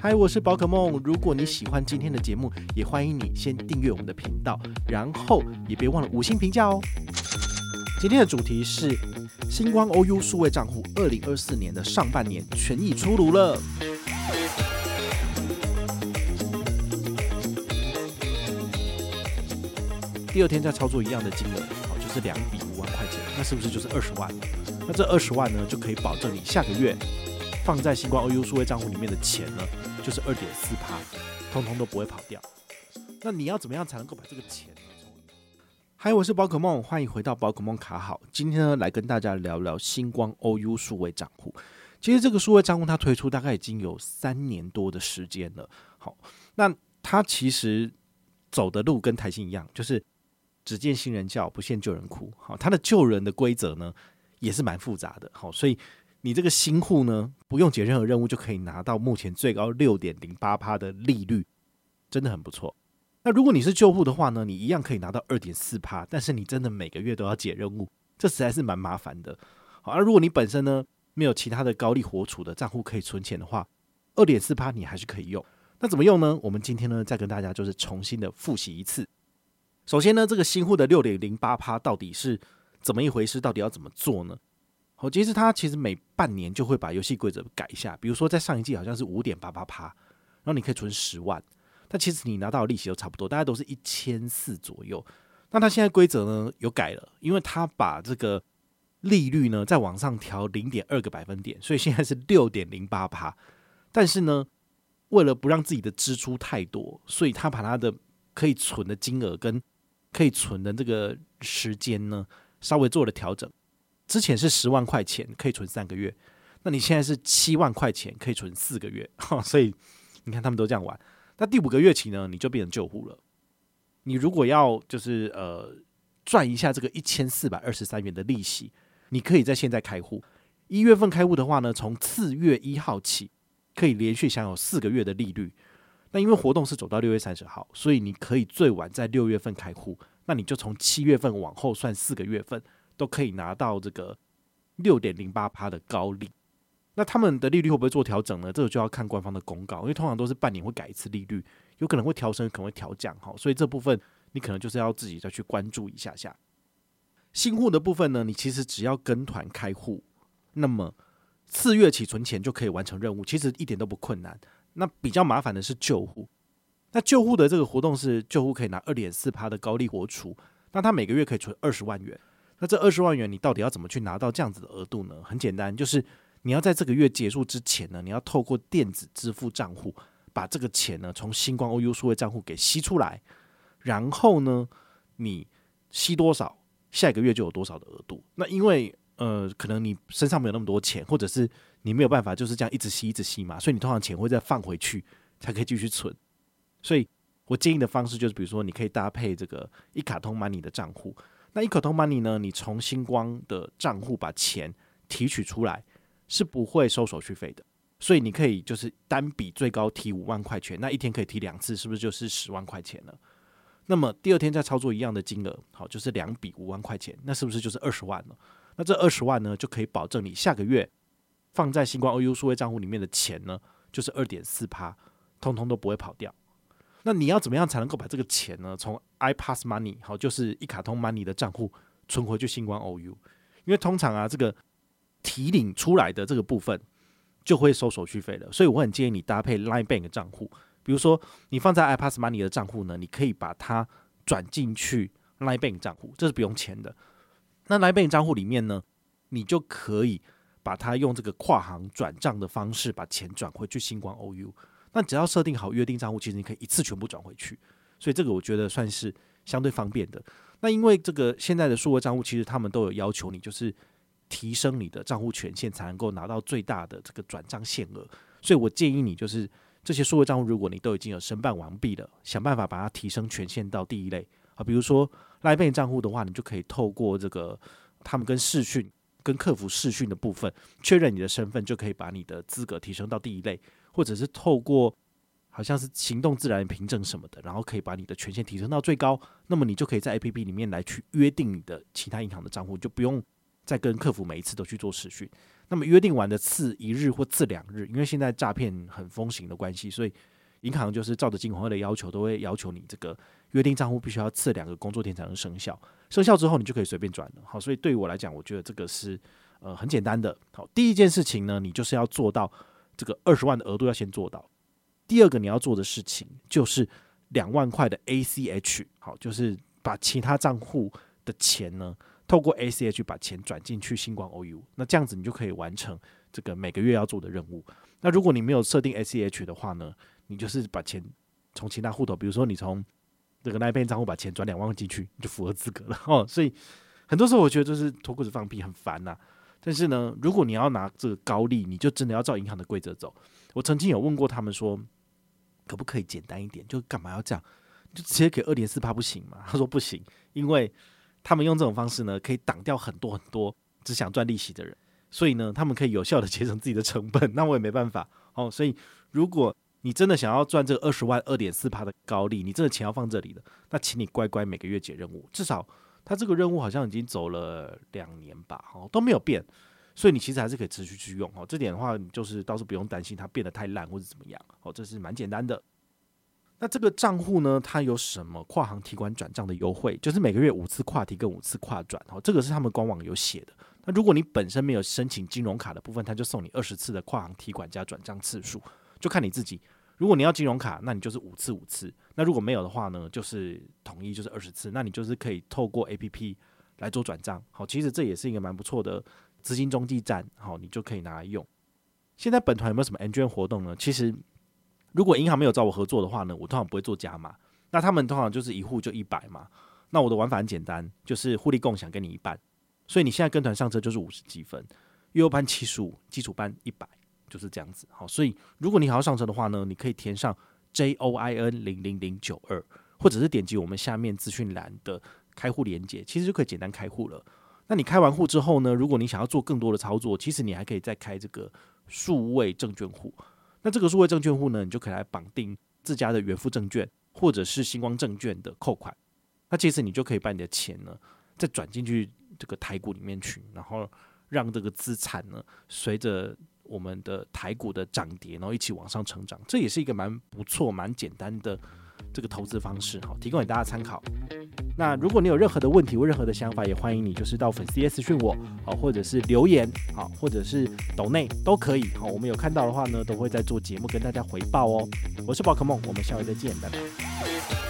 嗨，我是宝可梦。如果你喜欢今天的节目，也欢迎你先订阅我们的频道，然后也别忘了5星评价哦。今天的主题是星光 OU 数位账户2024年的上半年权益出炉了。第二天再操作一样的金额，就是2笔5万块钱，那是不是就是20万？那这20万呢，就可以保证你下个月放在星光 OU 数位账户里面的钱呢，就是 2.4%， 通通都不会跑掉。那你要怎么样才能够把这个钱呢？嗨，我是宝可梦，欢迎回到宝可梦卡好。今天呢，来跟大家聊聊星光 OU 数位账户。其实这个数位账户它推出大概已经有3年多的时间了。好，那它其实走的路跟台新一样，就是只见新人叫，不见旧人哭。好，它的救人的规则呢，也是蛮复杂的。好，所以你这个新户呢，不用解任何任务就可以拿到目前最高 6.08% 的利率，真的很不错。那如果你是旧户的话呢，你一样可以拿到 2.4%， 但是你真的每个月都要解任务，这实在是蛮麻烦的。好，如果你本身呢没有其他的高利活储的账户可以存钱的话， 2.4% 你还是可以用。那怎么用呢？我们今天呢再跟大家就是重新的复习一次。首先呢，这个新户的 6.08% 到底是怎么一回事，到底要怎么做呢？好，其实每半年就会把游戏规则改一下，比如说在上一季好像是 5.88%， 然后你可以存10万，但其实你拿到的利息都差不多，大概都是1400左右。那它现在规则呢有改了，因为它把这个利率呢再往上调 0.2 个百分点，所以现在是 6.08%。但是呢，为了不让自己的支出太多，所以它把它的可以存的金额跟可以存的这个时间呢稍微做了调整。之前是10万块钱可以存3个月，那你现在是7万块钱可以存4个月，所以你看他们都这样玩。那第5个月期呢，你就变成旧户了。你如果要就是赚一下这个1423元的利息，你可以在现在开户。1月份开户的话呢，从4月1号起可以连续享有4个月的利率。那因为活动是走到6月30号，所以你可以最晚在6月份开户，那你就从7月份往后算4个月份，都可以拿到这个 6.08% 的高利。那他们的利率会不会做调整呢？这个就要看官方的公告，因为通常都是半年会改一次利率，有可能会调升，可能会调降，所以这部分你可能就是要自己再去关注一下下。新户的部分呢，你其实只要跟团开户，那么4月起存钱就可以完成任务，其实一点都不困难。那比较麻烦的是旧户，那旧户的这个活动是旧户可以拿 2.4% 的高利活储，那他每个月可以存20万元。那这20万元你到底要怎么去拿到这样子的额度呢？很简单，就是你要在这个月结束之前呢，你要透过电子支付账户把这个钱呢从星光 OU 数位账户给吸出来，然后呢你吸多少，下一个月就有多少的额度。那因为可能你身上没有那么多钱，或者是你没有办法就是这样一直吸嘛，所以你通常钱会再放回去才可以继续存。所以我建议的方式就是，比如说你可以搭配这个一卡通 money 的账户。那一卡通 money 呢，你从星光的账户把钱提取出来是不会收手续费的，所以你可以就是单笔最高提5万块钱，那一天可以提2次，是不是就是10万块钱了？那么第二天再操作一样的金额，好，就是2笔5万块钱，那是不是就是20万了？那这20万呢，就可以保证你下个月放在星光 OU 数位账户里面的钱呢，就是 2.4%， 通通都不会跑掉。那你要怎么样才能够把这个钱呢，从 iPass Money 好，就是一卡通 Money 的账户存回去星光 OU？ 因为通常啊，这个提领出来的这个部分就会收手续费了，所以我很建议你搭配 Line Bank 的账户。比如说你放在 iPass Money 的账户呢，你可以把它转进去 Line Bank 账户，这是不用钱的。那 Line Bank 账户里面呢，你就可以把它用这个跨行转账的方式把钱转回去星光 OU。那只要设定好约定账户，其实你可以一次全部转回去，所以这个我觉得算是相对方便的。那因为这个现在的数位账户，其实他们都有要求你就是提升你的账户权限，才能够拿到最大的这个转账限额。所以我建议你就是这些数位账户，如果你都已经有申办完毕了，想办法把它提升权限到第一类啊。比如说 Line Bank 账户的话，你就可以透过这个他们跟视讯、跟客服视讯的部分确认你的身份，就可以把你的资格提升到第一类。或者是透过好像是行动自然凭证什么的，然后可以把你的权限提升到最高，那么你就可以在 APP 里面来去约定你的其他银行的账户，就不用再跟客服每一次都去做视讯。 那么约定完的次1日或次2日，因为现在诈骗很风行的关系，所以银行就是照着金管会的要求，都会要求你这个约定账户必须要次2个工作天才能生效。生效之后，你就可以随便转了。好，所以对于我来讲，我觉得这个是很简单的。好，第一件事情呢，你就是要做到这个20万的额度要先做到。第二个你要做的事情就是2万块的 ACH， 好，就是把其他账户的钱呢，透过 ACH 把钱转进去星光 OU， 那这样子你就可以完成这个每个月要做的任务。那如果你没有设定 ACH 的话呢，你就是把钱从其他户头，比如说你从这个那一边账户把钱转2万进去，你就符合资格了哦。所以很多时候我觉得就是脱裤子放屁，很烦呐。但是呢，如果你要拿这个高利，你就真的要照银行的规则走。我曾经有问过他们说，可不可以简单一点？就干嘛要这样？就直接给2.4%不行吗？他说不行，因为他们用这种方式呢，可以挡掉很多很多只想赚利息的人，所以呢，他们可以有效的节省自己的成本。那我也没办法哦。所以如果你真的想要赚这个20万 2.4% 的高利，你真的钱要放这里了，那请你乖乖每个月解任务，至少他这个任务好像已经走了2年吧，都没有变，所以你其实还是可以持续去用。这点的话，你就是倒是不用担心它变得太烂或者怎么样，这是蛮简单的。那这个账户呢，它有什么跨行提款转账的优惠？就是每个月5次跨提跟5次跨转，这个是他们官网有写的。那如果你本身没有申请金融卡的部分，它就送你20次的跨行提款加转账次数，就看你自己。如果你要金融卡，那你就是5次。那如果没有的话呢，就是统一就是20次。那你就是可以透过 APP 来做转账。好，其实这也是一个蛮不错的资金中继站，好，你就可以拿来用。现在本团有没有什么 N 券活动呢？其实如果银行没有找我合作的话呢，我通常不会做加码。那他们通常就是一户就100嘛。那我的玩法很简单，就是互利共享给你1半。所以你现在跟团上车就是50积分，月优班75，基础班100，就是这样子。好，所以如果你还要上车的话呢，你可以填上 JOIN00092，或者是点击我们下面资讯栏的开户连结，其实就可以简单开户了。那你开完户之后呢，如果你想要做更多的操作，其实你还可以再开这个数位证券户。那这个数位证券户呢，你就可以来绑定自家的远富证券或者是星光证券的扣款。那其实你就可以把你的钱呢再转进去这个台股里面去，然后让这个资产呢随着我们的台股的涨跌，然后一起往上成长。这也是一个蛮不错、蛮简单的这个投资方式，好，提供给大家参考。那如果你有任何的问题或任何的想法，也欢迎你就是到粉丝页私讯我，好，或者是留言，好，或者是抖内都可以，好，我们有看到的话呢，都会在做节目跟大家回报哦。我是宝可梦，我们下回再见，拜拜。